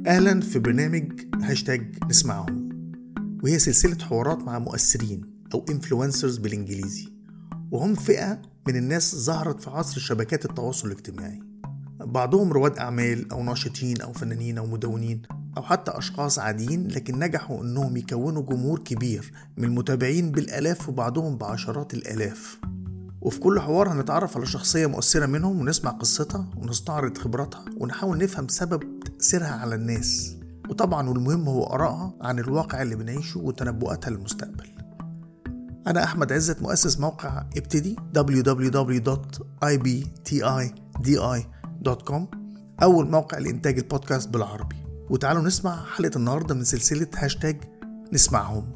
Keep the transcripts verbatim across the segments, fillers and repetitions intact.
أهلا في برنامج هاشتاج نسمعهم، وهي سلسلة حوارات مع مؤثرين أو influencers بالإنجليزي، وهم فئة من الناس ظهرت في عصر شبكات التواصل الاجتماعي. بعضهم رواد أعمال أو ناشطين أو فنانين أو مدونين أو حتى أشخاص عاديين، لكن نجحوا أنهم يكونوا جمهور كبير من المتابعين بالآلاف وبعضهم بعشرات الآلاف. وفي كل حوار هنتعرف على شخصية مؤثرة منهم ونسمع قصتها ونستعرض خبراتها ونحاول نفهم سبب تأثيرها على الناس، وطبعا والمهم هو آرائها عن الواقع اللي بنعيشه وتنبؤاتها للمستقبل. أنا أحمد عزت، مؤسس موقع ابتدي دبليو دبليو دبليو دوت اي بي تي اي دي اي دوت كوم، أول موقع لإنتاج البودكاست بالعربي. وتعالوا نسمع حلقة النهاردة من سلسلة هاشتاج نسمعهم.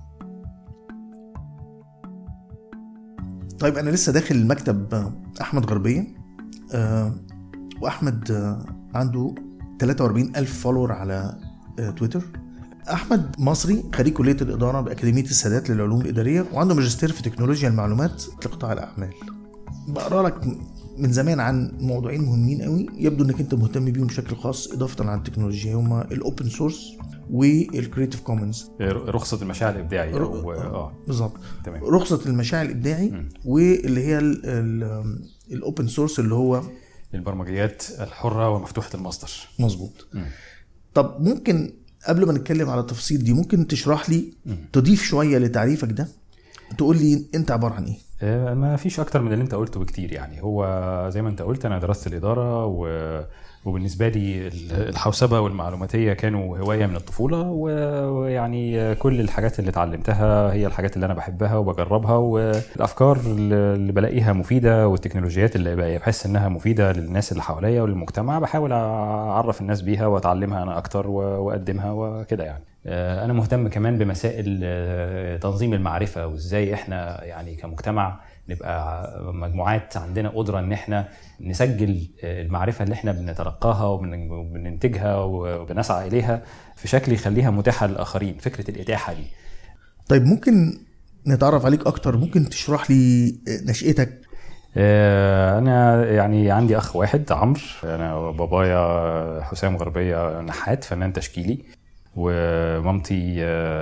طيب أنا لسه داخل المكتب أحمد غربية، أه وأحمد أه عنده ثلاثة وأربعين ألف فولور على أه تويتر. أحمد مصري، خريج كلية الإدارة بأكاديمية السادات للعلوم الإدارية، وعنده ماجستير في تكنولوجيا المعلومات لقطاع الأعمال. بقرأ لك من زمان عن موضوعين مهمين قوي يبدو أنك أنت مهتم بيهم بشكل خاص إضافة عن التكنولوجيا، هما الأوبن سورس والكريتيف كومنز، رخصة المشاع الإبداعي. أو آه بالضبط، رخصة المشاع الإبداعي م. واللي هي الأوبن سورس اللي هو البرمجيات الحرة ومفتوحة المصدر. مظبوط. طب ممكن قبل ما نتكلم على التفاصيل دي ممكن تشرح لي م. تضيف شوية لتعريفك ده، تقول لي أنت عبارة عن إيه؟ ما فيش أكتر من اللي أنت قلته بكتير. يعني هو زي ما أنت قلت أنا درست الإدارة و وبالنسبة لي الحوسبة والمعلوماتية كانوا هواية من الطفولة، ويعني كل الحاجات اللي اتعلمتها هي الحاجات اللي أنا بحبها وبجربها، والأفكار اللي بلاقيها مفيدة والتكنولوجيات اللي بحس إنها مفيدة للناس اللي حواليا وللمجتمع بحاول أعرف الناس بيها وأتعلمها أنا أكتر وأقدمها وكده. يعني أنا مهتم كمان بمسائل تنظيم المعرفة، وإزاي إحنا يعني كمجتمع نبقى مجموعات عندنا قدرة ان احنا نسجل المعرفة اللي احنا بنتلقاها وبننتجها وبنسعى اليها في شكل يخليها متاحة للآخرين، فكرة الإتاحة دي. طيب ممكن نتعرف عليك اكتر؟ ممكن تشرح لي نشأتك؟ انا يعني عندي اخ واحد عمرو، انا بابايا حسام غربية نحات فنان تشكيلي، ومامتي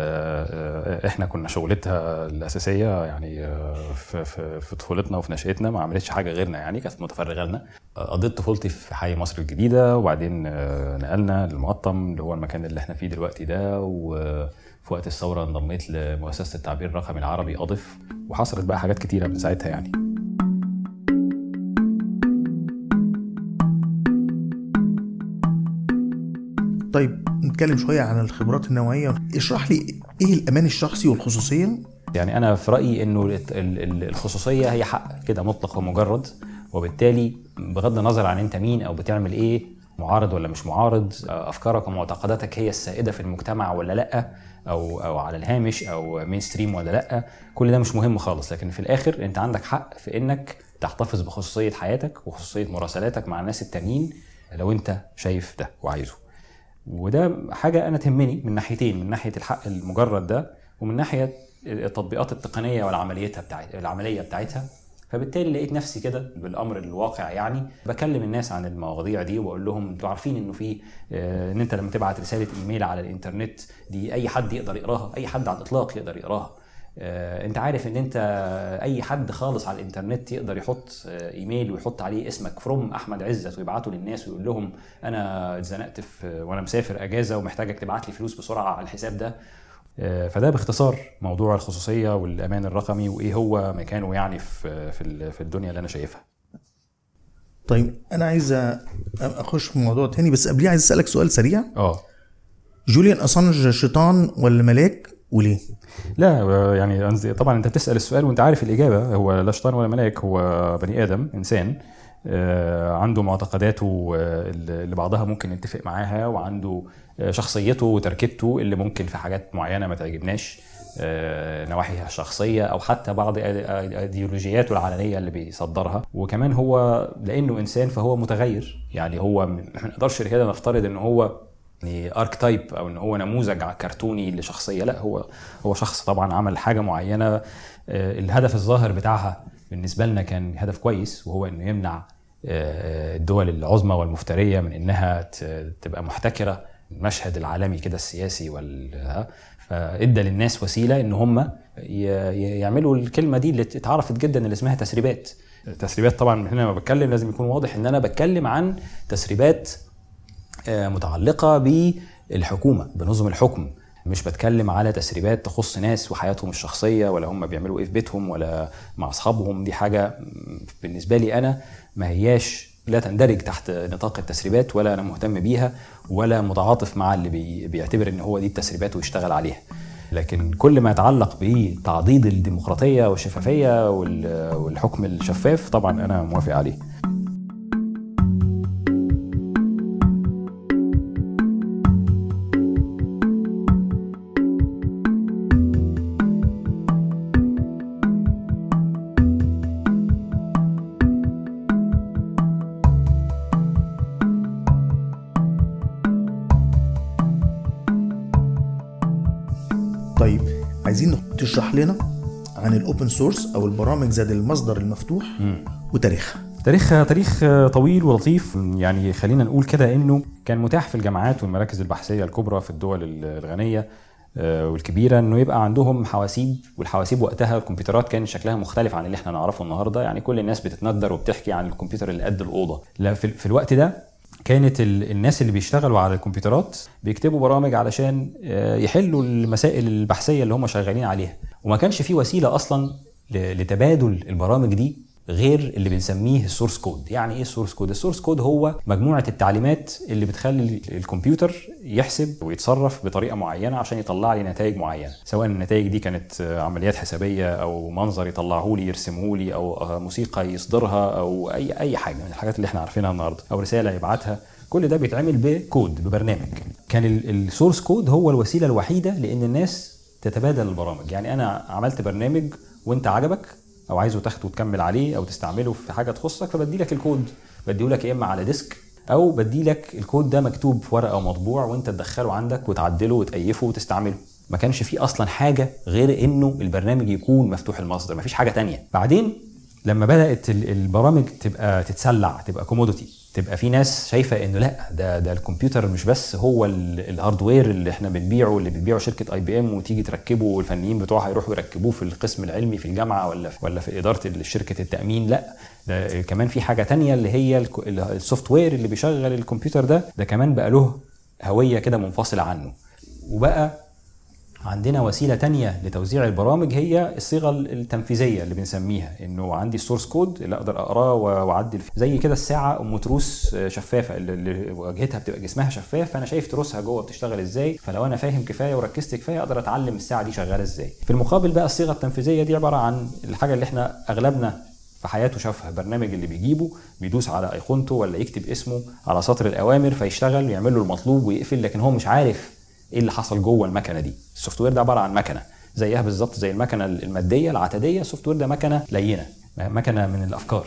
احنا كنا شغلتها الاساسيه يعني في في طفولتنا وفي نشأتنا ما عملتش حاجه غيرنا، يعني كانت متفرغه لنا. قضيت طفولتي في حي مصر الجديده، وبعدين نقلنا للمقطم اللي هو المكان اللي احنا فيه دلوقتي ده، وفي وقت الثوره انضميت لمؤسسه التعبير الرقمي العربي أضف، وحصلت بقى حاجات كتيره من ساعتها. يعني طيب نتكلم شوية عن الخبرات النوعية. اشرح لي ايه الأمان الشخصي والخصوصية؟ يعني أنا في رأيي إنه الخصوصية هي حق كده مطلق ومجرد، وبالتالي بغض النظر عن أنت مين أو بتعمل إيه، معارض ولا مش معارض، أفكارك ومعتقداتك هي السائدة في المجتمع ولا لأ، أو أو على الهامش أو مينستريم ولا لأ، كل ده مش مهم خالص. لكن في الآخر أنت عندك حق في إنك تحتفظ بخصوصية حياتك وخصوصية مراسلاتك مع الناس التانيين لو أنت شايف ده وعايزه. وده حاجة أنا تهمني من ناحيتين، من ناحية الحق المجرد ده، ومن ناحية التطبيقات التقنية والعملية بتاعتها العملية بتاعتها. فبالتالي لقيت نفسي كده بالأمر الواقع، يعني بكلم الناس عن المواضيع دي وأقول لهم انتوا عارفين إنه في آه إن أنت لما تبعت رسالة إيميل على الإنترنت دي أي حد يقدر يقراها، أي حد على الإطلاق يقدر يقراها. آه انت عارف ان انت اي حد خالص على الانترنت يقدر يحط آه ايميل ويحط عليه اسمك فروم احمد عزت ويبعته للناس ويقول لهم انا اتزنقت في وانا مسافر اجازه ومحتاجك تبعت لي فلوس بسرعه على الحساب ده. آه فده باختصار موضوع الخصوصيه والامان الرقمي وايه هو مكانه يعني في في في الدنيا اللي انا شايفها. طيب انا عايز اخش في موضوع تاني، بس قبليه عايز اسالك سؤال سريع. اه جوليان أسانج شيطان ولا ملاك وليه؟ لا يعني طبعا انت بتسأل السؤال وانت عارف الإجابة، هو لا شيطان ولا ملاك، هو بني آدم إنسان عنده معتقداته اللي بعضها ممكن نتفق معاها، وعنده شخصيته وتركيبته اللي ممكن في حاجات معينة ما تعجبناش، نواحيها الشخصية أو حتى بعض ايديولوجياته العلنية اللي بيصدرها. وكمان هو لأنه إنسان فهو متغير، يعني هو ما نقدرش كده نفترض إنه هو يعني اركتايب او ان هو نموذج كرتوني لشخصيه، لا هو هو شخص طبعا عمل حاجه معينه الهدف الظاهر بتاعها بالنسبه لنا كان هدف كويس، وهو انه يمنع الدول العظمى والمفتريه من انها تبقى محتكره المشهد العالمي كده السياسي وال فادى للناس وسيله ان هم يعملوا الكلمه دي اللي اتعرفت جدا اللي اسمها تسريبات. تسريبات طبعا هنا ما بتكلم لازم يكون واضح ان انا بتكلم عن تسريبات متعلقه بالحكومه بنظم الحكم، مش بتكلم على تسريبات تخص ناس وحياتهم الشخصيه ولا هم بيعملوا ايه في بيتهم ولا مع اصحابهم. دي حاجه بالنسبه لي انا ما هياش لا تندرج تحت نطاق التسريبات ولا انا مهتم بيها ولا متعاطف مع اللي بي بيعتبر ان هو دي التسريبات ويشتغل عليها. لكن كل ما يتعلق بتعضيد الديمقراطيه والشفافيه والحكم الشفاف طبعا انا موافق عليه. طيب عايزين تشرح لنا عن الاوبن سورس او البرامج ذات المصدر المفتوح م. وتاريخها. تاريخها تاريخ طويل ولطيف. يعني خلينا نقول كده انه كان متاح في الجامعات والمراكز البحثيه الكبرى في الدول الغنيه والكبيره انه يبقى عندهم حواسيب، والحواسيب وقتها الكمبيوترات كان شكلها مختلف عن اللي احنا نعرفه النهارده. يعني كل الناس بتتندر وبتحكي عن الكمبيوتر اللي قد الاوضه. لا في, في الوقت ده كانت الناس اللي بيشتغلوا على الكمبيوترات بيكتبوا برامج علشان يحلوا المسائل البحثيه اللي هم شغالين عليها، وما كانش في وسيله اصلا لتبادل البرامج دي غير اللي بنسميه السورس كود. يعني ايه السورس كود؟ السورس كود هو مجموعه التعليمات اللي بتخلي الكمبيوتر يحسب ويتصرف بطريقه معينه عشان يطلع لي نتائج معينه، سواء النتائج دي كانت عمليات حسابيه او منظر يطلعه لي يرسمه لي او موسيقى يصدرها او اي اي حاجه من الحاجات اللي احنا عارفينها النهارده او رساله يبعتها. كل ده بيتعمل بكود ببرنامج. كان السورس كود هو الوسيله الوحيده لان الناس تتبادل البرامج. يعني انا عملت برنامج وانت عجبك او عايزه تاخده وتكمل عليه او تستعمله في حاجه تخصك، فبدي لك الكود، بديه لك يا اما على ديسك او بدي لك الكود ده مكتوب في ورقه مطبوع وانت تدخله عندك وتعدله وتأيفه وتستعمله. ما كانش فيه اصلا حاجه غير انه البرنامج يكون مفتوح المصدر، ما فيش حاجه تانية. بعدين لما بدات البرامج تبقى تتسلع، تبقى كوموديتي، تبقى في ناس شايفه انه لا ده ده الكمبيوتر مش بس هو الهاردوير اللي احنا بنبيعه اللي بتبيعه شركه اي بي ام وتيجي تركبه والفنيين بتوعها يروحوا يركبوه في القسم العلمي في الجامعه ولا ولا في اداره شركه التامين. لا ده كمان في حاجه تانية اللي هي السوفت وير اللي بيشغل الكمبيوتر ده ده كمان بقى له هويه كده منفصله عنه. وبقى عندنا وسيله تانية لتوزيع البرامج هي الصيغه التنفيذيه اللي بنسميها انه عندي السورس كود اللي اقدر اقراه واعدل فيه، زي كده الساعه ام تروس شفافه اللي واجهتها بتبقى جسمها شفاف، فانا شايف تروسها جوه بتشتغل ازاي، فلو انا فاهم كفايه وركزت كفايه اقدر اتعلم الساعه دي شغاله ازاي. في المقابل بقى الصيغه التنفيذيه دي عباره عن الحاجه اللي احنا اغلبنا في حياته شافها، برنامج اللي بيجيبه بيدوس على ايقونته ولا يكتب اسمه على سطر الاوامر فيشتغل ويعمل له المطلوب ويقفل، لكن هو مش عارف ايه اللي حصل جوه المكنه دي. السوفت وير ده عباره عن مكنه زيها بالظبط زي المكنه الماديه العتاديه، السوفت وير ده مكنه لينه، مكنه من الافكار.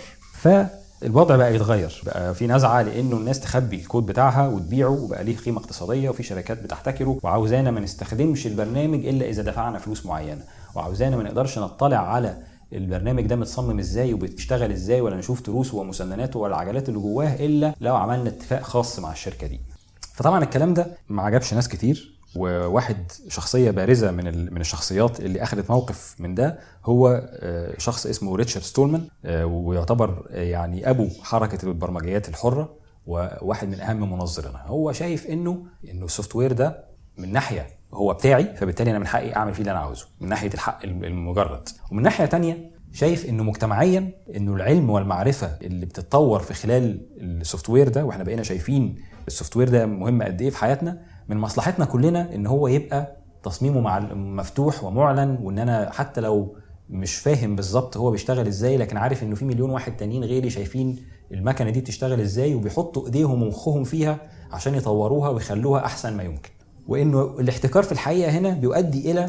فالوضع بقى يتغير، بقى في نزعه لانه الناس تخبي الكود بتاعها وتبيعه وبقى ليه قيمه اقتصاديه وفي شركات بتحتكره وعاوزانا ما نستخدمش البرنامج الا اذا دفعنا فلوس معينه، وعاوزانا ما نقدرش نطلع على البرنامج ده متصمم ازاي وبتشتغل ازاي ولا نشوف تروسه ومسنناته ولا العجلات اللي جواه الا لو عملنا اتفاق خاص مع الشركه دي. فطبعا الكلام ده ما عجبش ناس كتير، وواحد شخصيه بارزه من من الشخصيات اللي اخذت موقف من ده هو شخص اسمه ريتشارد ستولمان، ويعتبر يعني ابو حركه البرمجيات الحره وواحد من اهم منظرينها. هو شايف انه انه السوفت وير ده من ناحيه هو بتاعي، فبالتالي انا من حقي اعمل فيه اللي انا عاوزه من ناحيه الحق المجرد، ومن ناحيه تانية شايف انه مجتمعيا انه العلم والمعرفه اللي بتتطور في خلال السوفت وير ده، واحنا بقينا شايفين السوفت وير ده مهم قد ايه في حياتنا، من مصلحتنا كلنا ان هو يبقى تصميمه مع مفتوح ومعلن، وان انا حتى لو مش فاهم بالظبط هو بيشتغل ازاي لكن عارف انه في مليون واحد تانيين غيري شايفين المكنه دي بتشتغل ازاي وبيحطوا ايديهم ومخهم فيها عشان يطوروها ويخلوها احسن ما يمكن. وانه الاحتكار في الحقيقه هنا بيؤدي الى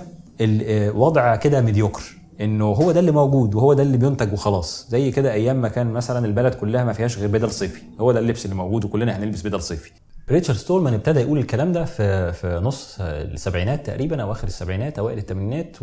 الوضع كده ميديوكر، انه هو ده اللي موجود وهو ده اللي بينتج وخلاص. زي كده ايام ما كان مثلا البلد كلها ما فيهاش غير بدل صيفي، هو ده اللبس اللي موجود وكلنا هنلبس بدل صيفي. ريتشارد ستولمان ابتدى يقول الكلام ده في في نص السبعينات تقريبا او اخر السبعينات اوائل الثمانينات،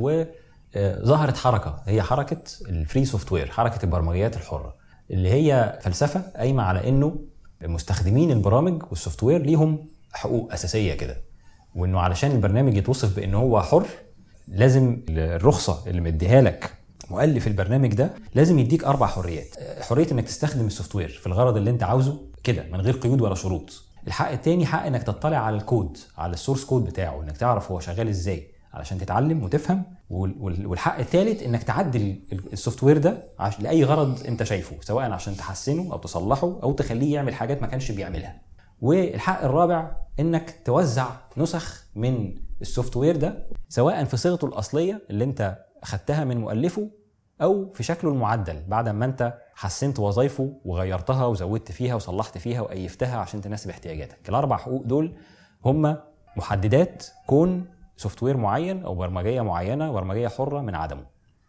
وظهرت حركه هي حركه الفري سوفت وير، حركه البرمجيات الحره، اللي هي فلسفه قايمه على انه مستخدمين البرامج والسوفت وير ليهم حقوق اساسيه كده، وانه علشان البرنامج يتوصف بان هو حر لازم الرخصه اللي مديها لك مؤلف البرنامج ده لازم يديك اربع حريات. حريه انك تستخدم السوفت وير في الغرض اللي انت عاوزه كده من غير قيود ولا شروط. الحق التاني حق انك تطلع على الكود، على السورس كود بتاعه، انك تعرف هو شغال ازاي علشان تتعلم وتفهم. والحق الثالث انك تعدل السوفت وير ده لاي غرض انت شايفه، سواء عشان تحسنه او تصلحه او تخليه يعمل حاجات ما كانش بيعملها. والحق الرابع انك توزع نسخ من السوفت وير ده سواء في صيغته الاصليه اللي انت اخدتها من مؤلفه او في شكله المعدل بعد ما انت حسنت وظائفه وغيرتها وزودت فيها وصلحت فيها وايفتها عشان تناسب احتياجاتك. الاربع حقوق دول هم محددات كون سوفت وير معين او برمجيه معينه، برمجيه حره من عدمه.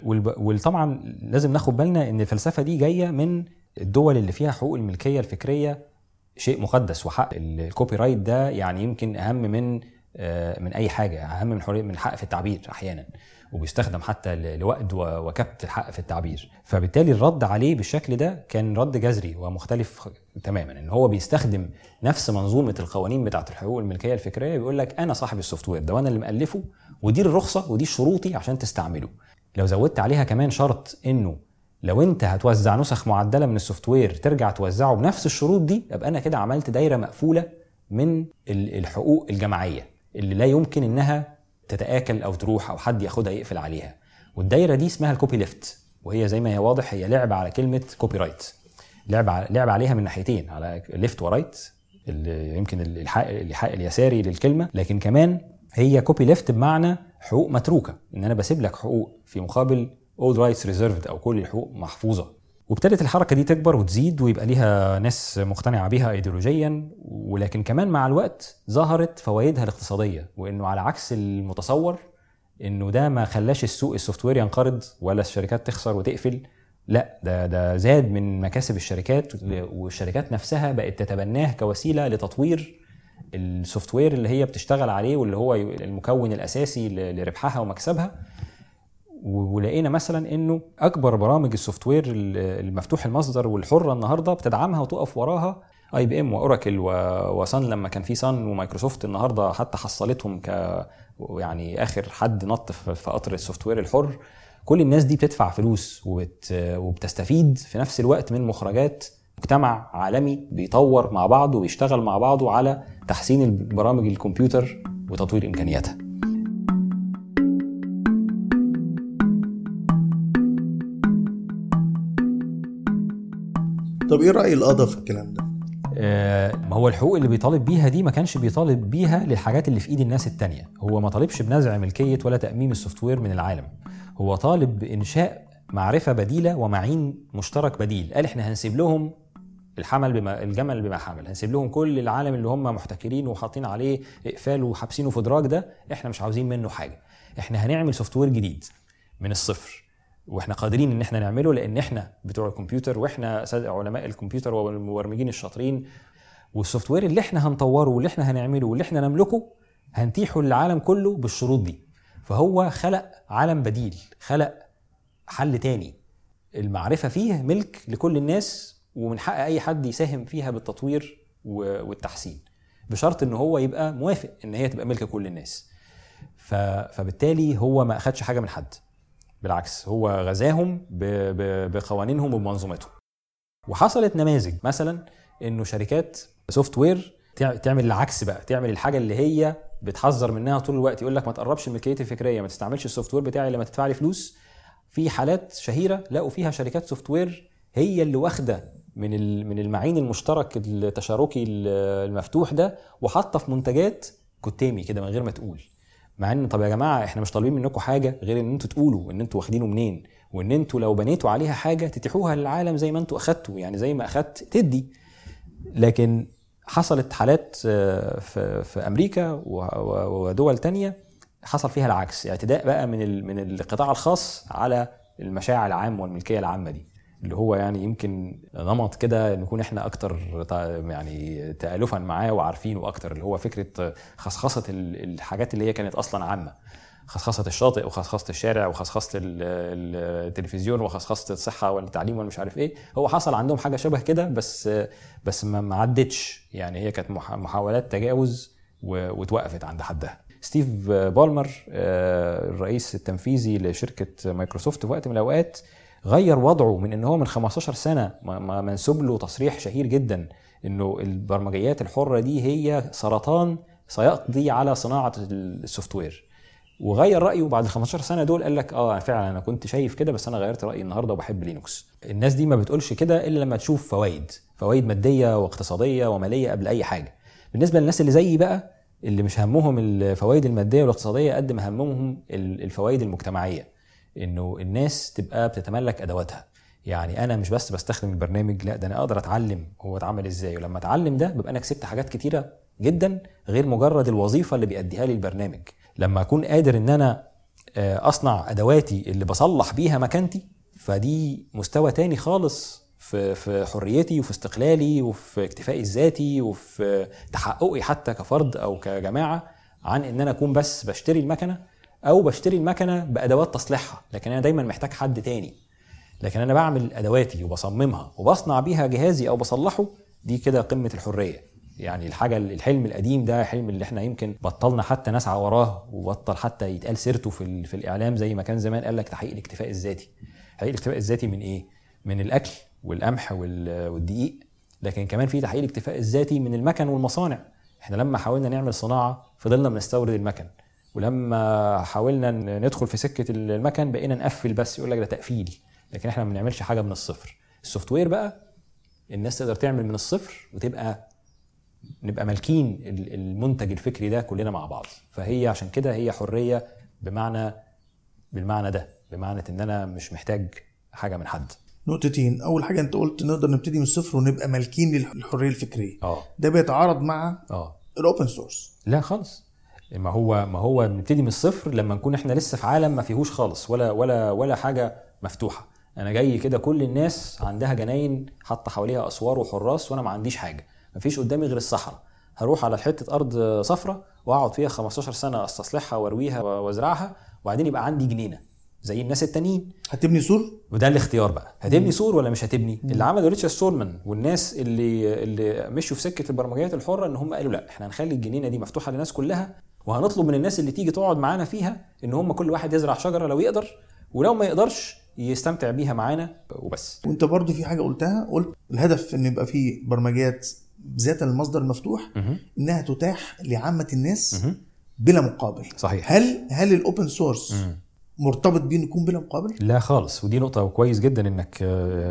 وطبعا لازم ناخد بالنا ان الفلسفه دي جايه من الدول اللي فيها حقوق الملكيه الفكريه شيء مقدس، وحق الكوبي رايت ده يعني يمكن اهم من من اي حاجه، اهم من حريه من الحق في التعبير احيانا، وبيستخدم حتى لوقت وكبت الحق في التعبير. فبالتالي الرد عليه بالشكل ده كان رد جذري ومختلف تماما، ان هو بيستخدم نفس منظومه القوانين بتاعه الحقوق الملكيه الفكريه، بيقول لك انا صاحب السوفت وير ده وانا اللي مؤلفه، ودي الرخصه ودي شروطي عشان تستعمله. لو زودت عليها كمان شرط انه لو انت هتوزع نسخ معدله من السوفت وير ترجع توزعه بنفس الشروط دي، يبقى انا كده عملت دايره مقفوله من الحقوق الجماعيه اللي لا يمكن انها تتآكل او تروح او حد ياخدها يقفل عليها. والدايره دي اسمها الكوبي ليفت، وهي زي ما هي واضح هي لعبه على كلمه كوبي رايت، لعبه لعبه عليها من ناحيتين، على ليفت ورايت اللي يمكن الإيحاء اليساري للكلمه، لكن كمان هي كوبي ليفت بمعنى حقوق متروكه، ان انا بسيب لك حقوق في مقابل all rights reserved او كل الحقوق محفوظه. وابتدت الحركه دي تكبر وتزيد ويبقى ليها ناس مقتنعه بيها ايديولوجيا، ولكن كمان مع الوقت ظهرت فوائدها الاقتصاديه، وانه على عكس المتصور انه ده ما خلاش السوق السوفت وير ينقرض ولا الشركات تخسر وتقفل، لا ده ده زاد من مكاسب الشركات، والشركات نفسها بقت تتبناه كوسيله لتطوير السوفت وير اللي هي بتشتغل عليه واللي هو المكون الاساسي لربحها ومكسبها. ولقينا مثلا انه اكبر برامج السوفت وير المفتوح المصدر والحره النهارده بتدعمها وتقف وراها اي بي ام واوراكل وصن، لما كان في صن ومايكروسوفت النهارده حتى حصلتهم ك يعني اخر حد نط في قطر السوفت وير الحر. كل الناس دي بتدفع فلوس وبت... وبتستفيد في نفس الوقت من مخرجات مجتمع عالمي بيطور مع بعض وبيشتغل مع بعضه على تحسين البرامج الكمبيوتر وتطوير امكانياتها. طب ايه رأي القضاء في الكلام ده؟ آه ما هو الحقوق اللي بيطالب بيها دي ما كانش بيطالب بيها للحاجات اللي في ايد الناس التانية، هو ما طالبش بنزع ملكية ولا تأميم السوفت وير من العالم، هو طالب بإنشاء معرفة بديلة ومعين مشترك بديل. قال احنا هنسيب لهم الحمل بما الجمل بما حمل، هنسيب لهم كل العالم اللي هم محتكرين وحاطين عليه اقفال وحابسينه في دراج ده، احنا مش عاوزين منه حاجة، احنا هنعمل سوفت وير جديد من الصفر، واحنا قادرين ان احنا نعمله لان احنا بتوع الكمبيوتر واحنا علماء الكمبيوتر والمبرمجين الشاطرين، والسوفت وير اللي احنا هنطوره واللي احنا هنعمله واللي احنا نملكه هنتيحه للعالم كله بالشروط دي. فهو خلق عالم بديل، خلق حل تاني المعرفة فيه ملك لكل الناس، ومن حق اي حد يساهم فيها بالتطوير والتحسين بشرط ان هو يبقى موافق ان هي تبقى ملك كل الناس. فبالتالي هو ما اخدش حاجة من حد، بالعكس هو غزاهم بقوانينهم وبمنظومتهم. وحصلت نماذج مثلا انه شركات سوفت وير تعمل العكس بقى، تعمل الحاجه اللي هي بتحذر منها طول الوقت، يقول لك ما تقربش الملكيه الفكريه، ما تستعملش السوفت وير بتاعي لما تدفع لي فلوس. في حالات شهيره لقوا فيها شركات سوفت وير هي اللي واخده من من المعين المشترك التشاركي المفتوح ده وحاطه في منتجات كتامي كده من غير ما تقول، مع ان طب يا جماعه احنا مش طالبين منكم حاجه غير ان انتوا تقولوا ان انتوا واخدينه منين، وان انتوا لو بنيتوا عليها حاجه تتيحوها للعالم زي ما انتوا اخدتوا، يعني زي ما اخدت تدي. لكن حصلت حالات في في امريكا ودول تانية حصل فيها العكس، اعتداء بقى من من القطاع الخاص على المشاعر العامه والملكيه العامه دي، اللي هو يعني يمكن نمط كده نكون احنا اكتر يعني تألفا معاه وعارفينه اكتر، اللي هو فكره خصخصه الحاجات اللي هي كانت اصلا عامه، خصخصه الشاطئ وخصخصه الشارع وخصخصه التلفزيون وخصخصه الصحه والتعليم والمش عارف ايه. هو حصل عندهم حاجه شبه كده بس بس ما عدتش يعني، هي كانت محاولات تجاوز وتوقفت عند حدها. ستيف بالمر الرئيس التنفيذي لشركه مايكروسوفت في وقت من الاوقات غير وضعه من ان هو من خمستاشر سنه منسوب له تصريح شهير جدا انه البرمجيات الحره دي هي سرطان سيقضي على صناعه السوفت وير، وغير رايه بعد ال خمستاشر سنه دول. قال لك اه فعلا انا كنت شايف كده بس انا غيرت رايي النهارده وبحب لينوكس. الناس دي ما بتقولش كده الا لما تشوف فوائد فوائد ماديه واقتصاديه وماليه قبل اي حاجه. بالنسبه للناس اللي زيي بقى اللي مش همهم الفوائد الماديه والاقتصاديه قد ما همهم الفوائد المجتمعيه، انه الناس تبقى بتتملك ادواتها. يعني انا مش بس بستخدم البرنامج، لا ده انا اقدر اتعلم هو اتعمل ازاي، ولما اتعلم ده ببقى انا كسبت حاجات كتيره جدا غير مجرد الوظيفه اللي بيأديها لي البرنامج. لما اكون قادر ان انا اصنع ادواتي اللي بصلح بيها مكانتي، فدي مستوى تاني خالص في في حريتي وفي استقلالي وفي اكتفائي الذاتي وفي تحققي حتى كفرد او كجماعه، عن ان انا اكون بس بشتري المكنه او بشتري المكنه بادوات تصليحها، لكن انا دايما محتاج حد تاني. لكن انا بعمل ادواتي وبصممها وبصنع بيها جهازي او بصلحه، دي كده قمه الحريه. يعني الحاجه الحلم القديم ده حلم اللي احنا يمكن بطلنا حتى نسعى وراه، وبطل حتى يتقال سيرته في في الاعلام زي ما كان زمان. قال لك تحقيق الاكتفاء الذاتي. تحقيق الاكتفاء الذاتي من ايه؟ من الاكل والقمح والدقيق، لكن كمان في تحقيق الاكتفاء الذاتي من المكن والمصانع. احنا لما حاولنا نعمل صناعه فضلنا بنستورد المكن، ولما حاولنا ندخل في سكه المكن بقينا نقفل بس، يقول لك ده تقفيل، لكن احنا ما بنعملش حاجه من الصفر. السوفت وير بقى الناس تقدر تعمل من الصفر، وتبقى نبقى مالكين المنتج الفكري ده كلنا مع بعض. فهي عشان كده هي حريه بمعنى بالمعنى ده، بمعنى ان انا مش محتاج حاجه من حد. نقطتين. اول حاجه انت قلت نقدر نبتدي من الصفر ونبقى مالكين للحريه الفكريه. اه ده بيتعارض مع اه الاوبن سورس؟ لا خالص. ما هو ما هو نبتدي من الصفر لما نكون احنا لسه في عالم ما فيهوش خالص ولا ولا ولا حاجه مفتوحه. انا جاي كده كل الناس عندها جناين حاطه حواليها اسوار وحراس، وانا ما عنديش حاجه، ما فيش قدامي غير الصحراء. هروح على حته ارض صفراء واقعد فيها خمستاشر سنه استصلحها وارويها وازرعها، وبعدين يبقى عندي جنينه زي الناس التانيين. هتبني سور؟ وده الاختيار بقى، هتبني سور ولا مش هتبني. مم. اللي عمله ريتشارد ستولمان والناس اللي اللي مشوا في سكه البرمجيات الحره ان هم قالوا لا احنا هنخلي الجنينه دي مفتوحه للناس كلها، وهنطلب من الناس اللي تيجي تقعد معانا فيها ان هم كل واحد يزرع شجره لو يقدر، ولو ما يقدرش يستمتع بيها معانا وبس. وانت برضو في حاجه قلتها، قلت الهدف ان يبقى في برمجيات ذات المصدر المفتوح، م- انها تتاح لعامه الناس م- بلا مقابل. صحيح. هل هل الاوبن سورس مرتبط بيه يكون بلا مقابل؟ لا خالص. ودي نقطة كويس جدا انك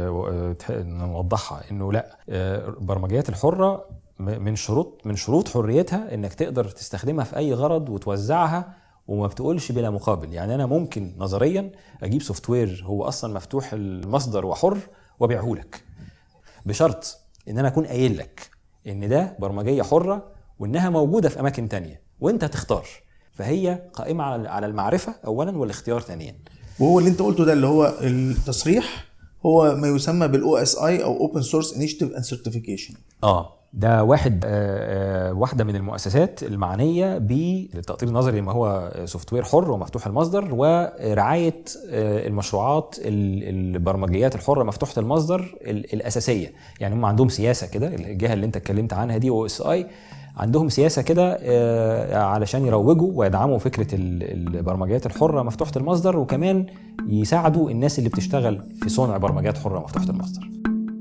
نوضحها، انه لا، البرمجيات الحرة من شروط من شروط حريتها انك تقدر تستخدمها في اي غرض وتوزعها وما بتقولش بلا مقابل. يعني انا ممكن نظريا اجيب سوفت وير هو اصلا مفتوح المصدر وحر وابيعه لك، بشرط ان انا اكون قايل لك ان ده برمجية حرة وانها موجودة في اماكن تانية وانت تختار. فهي قائمة على المعرفة أولا والاختيار ثانيا. وهو اللي انت قلته ده اللي هو التصريح هو ما يسمى بالأو إس آي أو Open Source Initiative and Certification. آه ده واحد آه واحدة من المؤسسات المعنية بالتقطير النظري لما هو سوفت وير حر ومفتوح المصدر، ورعاية آه المشروعات البرمجيات الحرة مفتوحة المصدر الأساسية. يعني هم عندهم سياسة كده، الجهة اللي انت اتكلمت عنها دي أو إس آي عندهم سياسة كده علشان يروجوا ويدعموا فكرة البرمجيات الحرة مفتوحة المصدر، وكمان يساعدوا الناس اللي بتشتغل في صنع برمجيات حرة مفتوحة المصدر.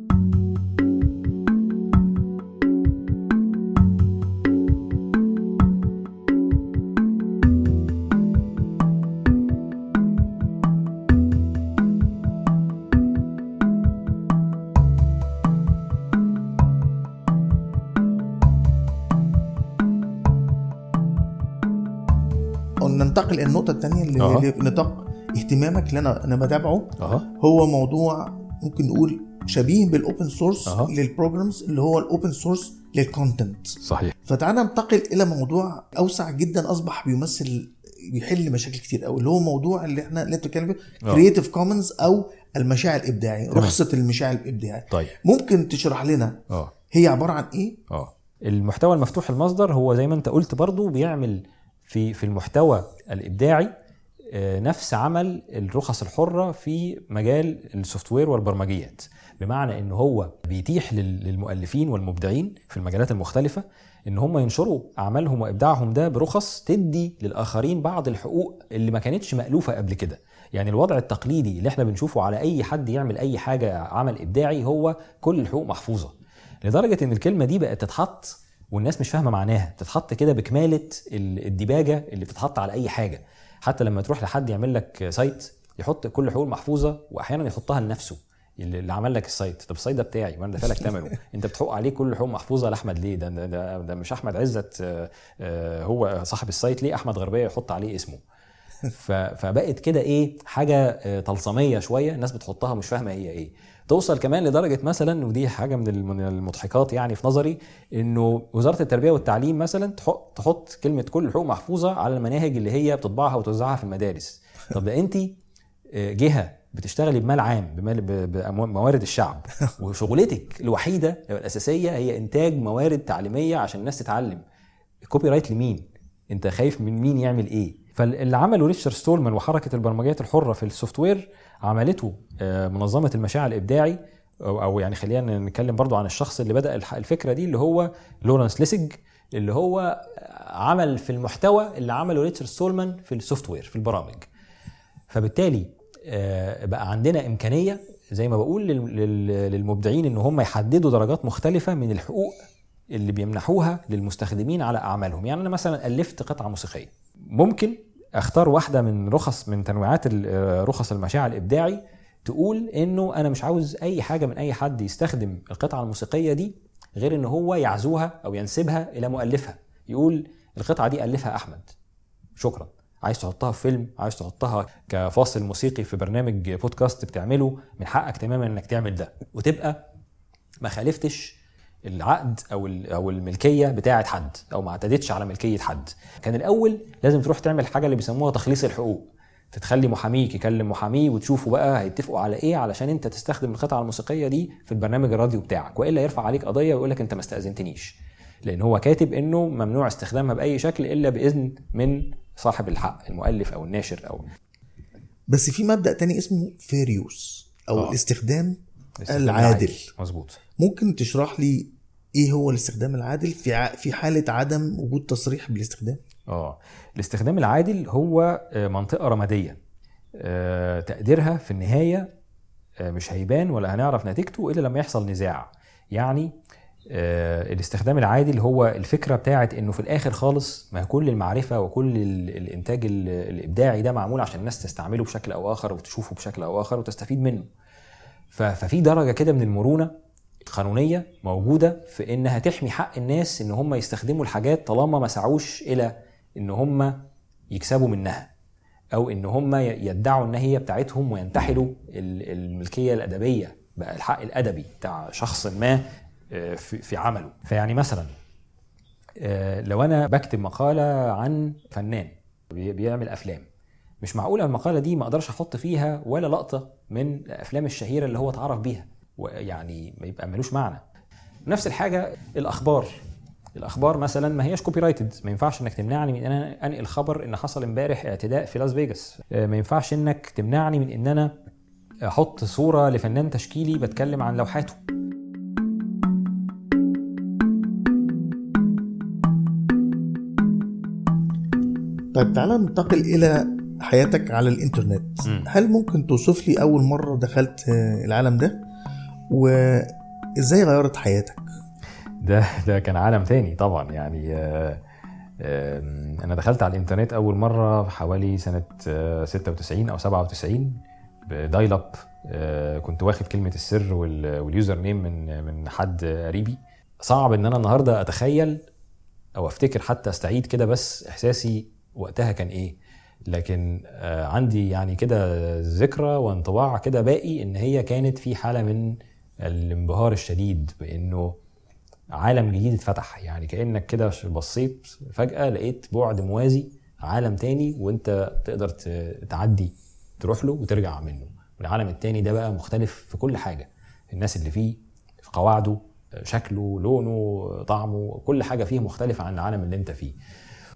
ننتقل الى النقطه الثانيه اللي أه. في نطاق اهتمامك اللي انا انا بتابعه. أه. هو موضوع ممكن نقول شبيه بالاوبن سورس أه. للبروجرامز، اللي هو الاوبن سورس للكونتنت. صحيح. فتعالى ننتقل الى موضوع اوسع جدا اصبح بيمثل بيحل مشاكل كتير قوي، اللي هو موضوع اللي احنا اللي بنتكلم فيه كرييتيف كومنز او المشاع الابداعي، رخصه المشاع الابداعي. طيب ممكن تشرح لنا أه. هي عباره عن ايه؟ اه المحتوى المفتوح المصدر هو زي ما انت قلت برضو بيعمل في في المحتوى الابداعي نفس عمل الرخص الحرة في مجال السوفت وير والبرمجيات، بمعنى ان هو بيتيح للمؤلفين والمبدعين في المجالات المختلفة ان هم ينشروا اعمالهم وابداعهم ده برخص تدي للاخرين بعض الحقوق اللي ما كانتش مألوفة قبل كده. يعني الوضع التقليدي اللي احنا بنشوفه على اي حد يعمل اي حاجة عمل ابداعي هو كل الحقوق محفوظة، لدرجة ان الكلمة دي بقت تتحط والناس مش فاهمة معناها، تتحط كده بكمالة الديباجة اللي بتتحط على اي حاجة. حتى لما تروح لحد يعمل لك سايت يحط كل الحقوق محفوظة، واحيانا يحطها لنفسه اللي عمل لك السايت. طب السايت ده بتاعي وانا دافع لك ثمنه، انت بتحق عليه كل الحقوق محفوظه لاحمد ليه؟ ده, ده ده مش احمد عزت هو صاحب السايت، ليه احمد غربيه يحط عليه اسمه؟ فبقت كده ايه، حاجه طلسميه شويه الناس بتحطها مش فاهمه هي ايه. توصل كمان لدرجه مثلا، ودي حاجه من المضحكات يعني في نظري، انه وزاره التربيه والتعليم مثلا تحط تحط كلمه كل الحقوق محفوظه على المناهج اللي هي بتطبعها وتوزعها في المدارس. طب ده انت جهه بتشتغلي بمال عام، بموارد الشعب، وشغلتك الوحيده الاساسيه هي انتاج موارد تعليميه عشان الناس تتعلم. الكوبي رايت لمين؟ انت خايف من مين يعمل ايه؟ فاللي عمله ريتشارد ستولمان وحركه البرمجيات الحره في السوفت وير عملته منظمه المشاع الابداعي، او يعني خلينا نتكلم برضو عن الشخص اللي بدأ الفكره دي اللي هو لورنس ليسيج، اللي هو عمل في المحتوى اللي عمله ريتشارد ستولمان في السوفت وير في البرامج. فبالتالي بقى عندنا إمكانية زي ما بقول للمبدعين إن هم يحددوا درجات مختلفة من الحقوق اللي بيمنحوها للمستخدمين على أعمالهم. يعني أنا مثلا ألفت قطعة موسيقية، ممكن أختار واحدة من رخص من تنويعات رخص المشاع الإبداعي تقول إنه أنا مش عاوز أي حاجة من أي حد يستخدم القطعة الموسيقية دي غير إنه هو يعزوها أو ينسبها إلى مؤلفها، يقول القطعة دي ألفها أحمد، شكرا. عايز تحطها في فيلم، عايز تحطها كفاصل موسيقي في برنامج بودكاست بتعمله، من حقك تماما انك تعمل ده، وتبقى ما خالفتش العقد او او الملكيه بتاعه حد، او ما اعتدتش على ملكيه حد. كان الاول لازم تروح تعمل حاجه اللي بيسموها تخليص الحقوق، تتخلي محاميك يكلم محاميه وتشوفوا بقى هيتفقوا على ايه علشان انت تستخدم القطعه الموسيقيه دي في البرنامج الراديو بتاعك، والا يرفع عليك قضيه ويقول لك انت ما استاذنتنيش، لان هو كاتب انه ممنوع استخدامها باي شكل الا باذن من صاحب الحق، المؤلف او الناشر. او بس في مبدأ تاني اسمه فير يوز او آه. الاستخدام, الاستخدام العادل. مظبوط. ممكن تشرح لي ايه هو الاستخدام العادل في ع... في حالة عدم وجود تصريح بالاستخدام؟ اه الاستخدام العادل هو منطقة رمادية تقديرها في النهاية مش هيبان ولا هنعرف نتيجته الا لما يحصل نزاع. يعني الاستخدام العادل هو الفكرة بتاعت انه في الاخر خالص ما كل المعرفة وكل الانتاج الابداعي ده معمول عشان الناس تستعمله بشكل او اخر وتشوفه بشكل او اخر وتستفيد منه. ففي درجة كده من المرونة قانونية موجودة في انها تحمي حق الناس ان هم يستخدموا الحاجات طالما ما سعوش الى ان هم يكسبوا منها، او ان هم يدعوا ان هي بتاعتهم وينتحلوا الملكية الادبية بقى، الحق الادبي بتاع شخص ما في عمله. فيعني مثلا لو انا بكتب مقالة عن فنان بيعمل افلام، مش معقولة المقالة دي ما اقدرش احط فيها ولا لقطة من الافلام الشهيرة اللي هو اتعرف بيها، ويعني ما يبقى ملوش معنى. نفس الحاجة الاخبار الاخبار مثلا ما هياش كوبي رايتد، ما ينفعش انك تمنعني من ان انا انقل خبر ان حصل امبارح اعتداء في لاس فيجاس، ما ينفعش انك تمنعني من ان انا احط صورة لفنان تشكيلي بتكلم عن لوحاته. طيب تعالى ننتقل إلى حياتك على الإنترنت. م. هل ممكن توصف لي أول مرة دخلت العالم ده وإزاي غيرت حياتك؟ ده ده كان عالم تاني طبعا. يعني آآ آآ أنا دخلت على الإنترنت أول مرة حوالي سنة ستة وتسعين أو سبعة وتسعين بدايل أب. كنت واخد كلمة السر واليوزر نيم من من حد قريبي. صعب إن أنا النهاردة أتخيل أو أفتكر حتى أستعيد كده بس إحساسي وقتها كان ايه، لكن آه عندي يعني كده ذكرى وانطباع كده باقي ان هي كانت في حالة من الانبهار الشديد بانه عالم جديد اتفتح. يعني كأنك كده بصيت فجأة لقيت بعد موازي، عالم تاني وانت تقدر تعدي تروح له وترجع منه. العالم التاني ده بقى مختلف في كل حاجة، الناس اللي فيه، في قواعده، شكله، لونه، طعمه، كل حاجة فيه مختلفة عن العالم اللي انت فيه.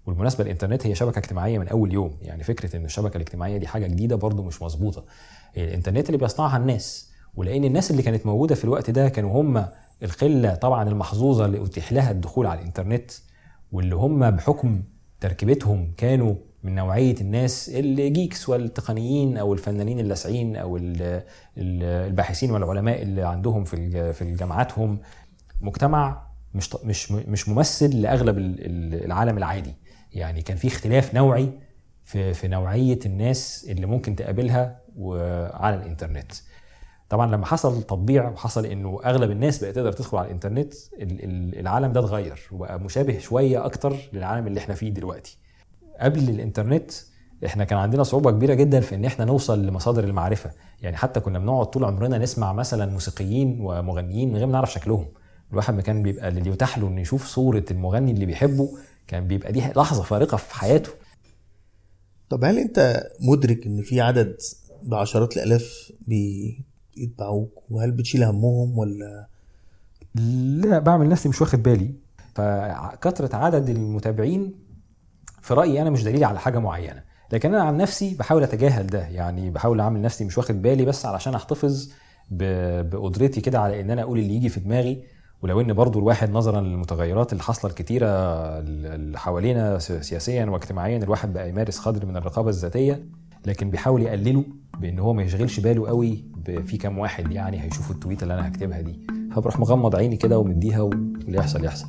والمناسبة الانترنت هي شبكة اجتماعية من اول يوم، يعني فكرة ان الشبكة الاجتماعية دي حاجة جديدة برضو مش مظبوطة. الانترنت اللي بيصنعها الناس، ولان الناس اللي كانت موجودة في الوقت ده كانوا هم القلة طبعا المحظوظة اللي اتيح لها الدخول على الانترنت، واللي هم بحكم تركيبتهم كانوا من نوعية الناس اللي جيكس والتقنيين او الفنانين اللاسعين او الباحثين والعلماء اللي عندهم في في جامعاتهم، مجتمع مش مش مش ممثل لاغلب العالم العادي. يعني كان في اختلاف نوعي في في نوعية الناس اللي ممكن تقابلها على الانترنت. طبعا لما حصل تطبيع وحصل انه اغلب الناس بقت تقدر تدخل على الانترنت، العالم ده اتغير وبقى مشابه شوية اكتر للعالم اللي احنا فيه دلوقتي. قبل الانترنت احنا كان عندنا صعوبة كبيرة جدا في ان احنا نوصل لمصادر المعرفة. يعني حتى كنا بنقعد طول عمرنا نسمع مثلا موسيقيين ومغنيين من غير ما نعرف شكلهم. الواحد ما كان بيبقى اللي يتاح له انه يشوف صورة المغني اللي بيحبه، كان بيبقى دي لحظة فارقة في حياته. طب هل انت مدرك ان في عدد بعشرات الالاف بيتبعوك، وهل بتشيل همهم ولا؟ لا، بعمل نفسي مش واخد بالي. فكثرة عدد المتابعين في رأيي أنا مش دليل على حاجة معينة، لكن أنا عن نفسي بحاول أتجاهل ده. يعني بحاول أعمل نفسي مش واخد بالي بس علشان أحتفظ بقدرتي كده على إن أنا أقول اللي يجي في دماغي. ولو إن برضو الواحد نظرا للمتغيرات اللي حصلت الكتيرة اللي حوالينا سياسيا واجتماعيا، الواحد بقى يمارس قدر من الرقابة الذاتية، لكن بيحاول يقلله بإن هو ما يشغلش باله قوي في كام واحد يعني هيشوفوا التويت اللي أنا هكتبها دي. فبروح مغمض عيني كده ومديها، واللي يحصل يحصل.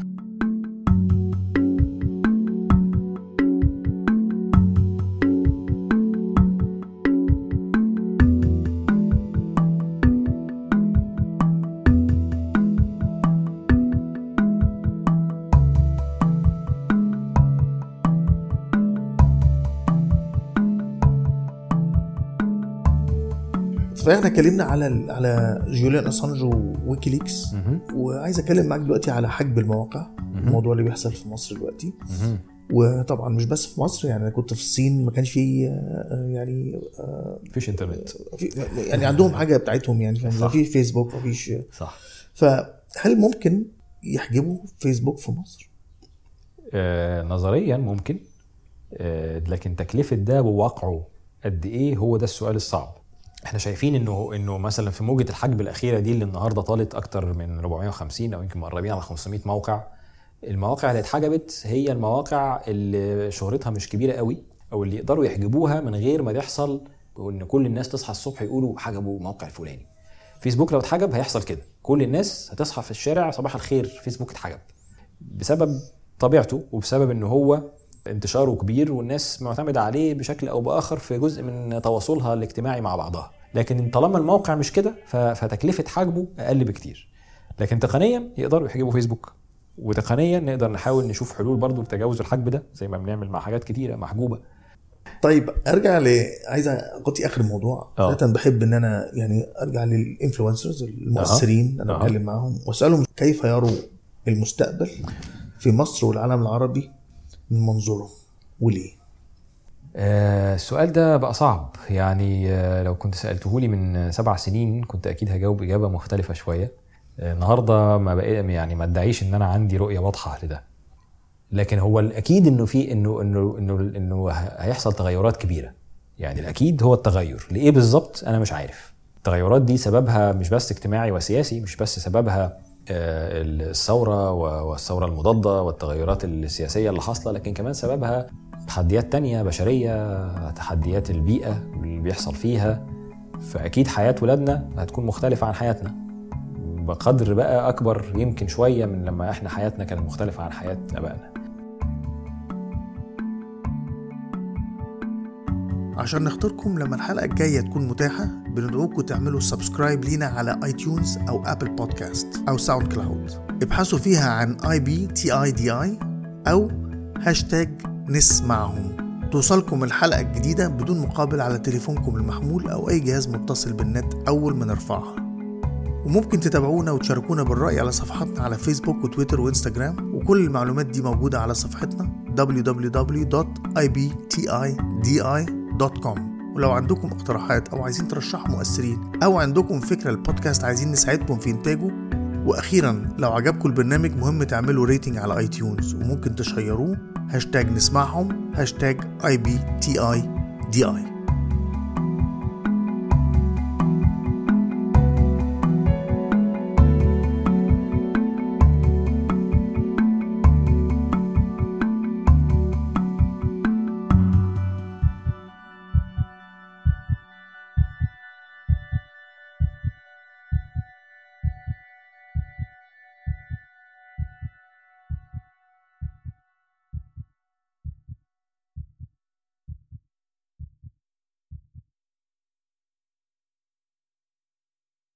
فاحنا اتكلمنا على على جوليان أسانج وويكيليكس، وعايز اتكلم معاك دلوقتي على حجب المواقع، الموضوع اللي بيحصل في مصر دلوقتي. وطبعا مش بس في مصر، يعني انا كنت في الصين ما كانش فيه يعني فيش انترنت، يعني عندهم حاجه بتاعتهم يعني فاهم، في فيسبوك مفيش. صح. فهل ممكن يحجبوا فيسبوك في مصر؟ آه نظريا ممكن، آه لكن تكلفه ده وواقعه قد ايه هو ده السؤال الصعب. احنا شايفين انه انه مثلا في موجة الحجب الاخيرة دي اللي النهاردة طالت اكتر من أربعمائة وخمسين او يمكن مقربين على خمسمائة موقع، المواقع اللي اتحجبت هي المواقع اللي شهرتها مش كبيرة قوي، او اللي يقدروا يحجبوها من غير ما يحصل وان كل الناس تصحى الصبح يقولوا حجبوا موقع الفلاني. فيسبوك لو اتحجب هيحصل كده، كل الناس هتصحى في الشارع صباح الخير فيسبوك اتحجب، بسبب طبيعته وبسبب انه هو انتشاره كبير والناس معتمدة عليه بشكل او باخر في جزء من تواصلها الاجتماعي مع بعضها. لكن طالما الموقع مش كده فتكلفة حجبه اقل بكتير. لكن تقنيا يقدروا يحجبوا فيسبوك، وتقنيا نقدر نحاول نشوف حلول برضو لتجاوز الحجب ده زي ما بنعمل مع حاجات كتيرة محجوبة. طيب ارجع ل عايز اغطي اخر موضوع. انا بحب ان انا يعني ارجع للانفلونسرز المؤثرين، انا بتكلم معاهم واسالهم كيف يروا المستقبل في مصر والعالم العربي من منظوره وليه. آه السؤال ده بقى صعب. يعني آه لو كنت سألته لي من سبع سنين كنت أكيد هجاوب إجابة مختلفة شوية. آه النهاردة ما بقى يعني ما ادعيش إن أنا عندي رؤية واضحة لده، لكن هو الأكيد إنه في إنه إنه إنه إنه هيحصل تغيرات كبيرة. يعني الأكيد هو التغير لإيه بالظبط أنا مش عارف. التغيرات دي سببها مش بس اجتماعي وسياسي، مش بس سببها الثورة والثورة المضادة والتغيرات السياسية اللي حصلة، لكن كمان سببها تحديات تانية بشرية، تحديات البيئة اللي بيحصل فيها. فأكيد حياة ولادنا هتكون مختلفة عن حياتنا بقدر بقى أكبر يمكن شوية من لما إحنا حياتنا كانت مختلفة عن حياة أبائنا. عشان نختاركم لما الحلقة الجاية تكون متاحة بندعوكم تعملوا سبسكرايب لينا على اي تيونز او ابل بودكاست او ساوند كلاود. ابحثوا فيها عن اي بي تي اي دي اي او هاشتاج نسمعهم. توصلكم الحلقة الجديدة بدون مقابل على تليفونكم المحمول او اي جهاز متصل بالنت اول ما نرفعها. وممكن تتابعونا وتشاركونا بالرأي على صفحاتنا على فيسبوك وتويتر وانستجرام، وكل المعلومات دي موجودة على صفحتنا دبليو دبليو دبليو دوت اي بي تي اي دي اي دوت كوم. ولو عندكم اقتراحات او عايزين ترشحوا مؤثرين او عندكم فكرة البودكاست عايزين نساعدكم في انتاجه، واخيرا لو عجبكم البرنامج مهم تعملوا ريتنج على اي تيونز، وممكن تشيروه هاشتاج نسمعهم هاشتاج اي بي تي اي دي اي.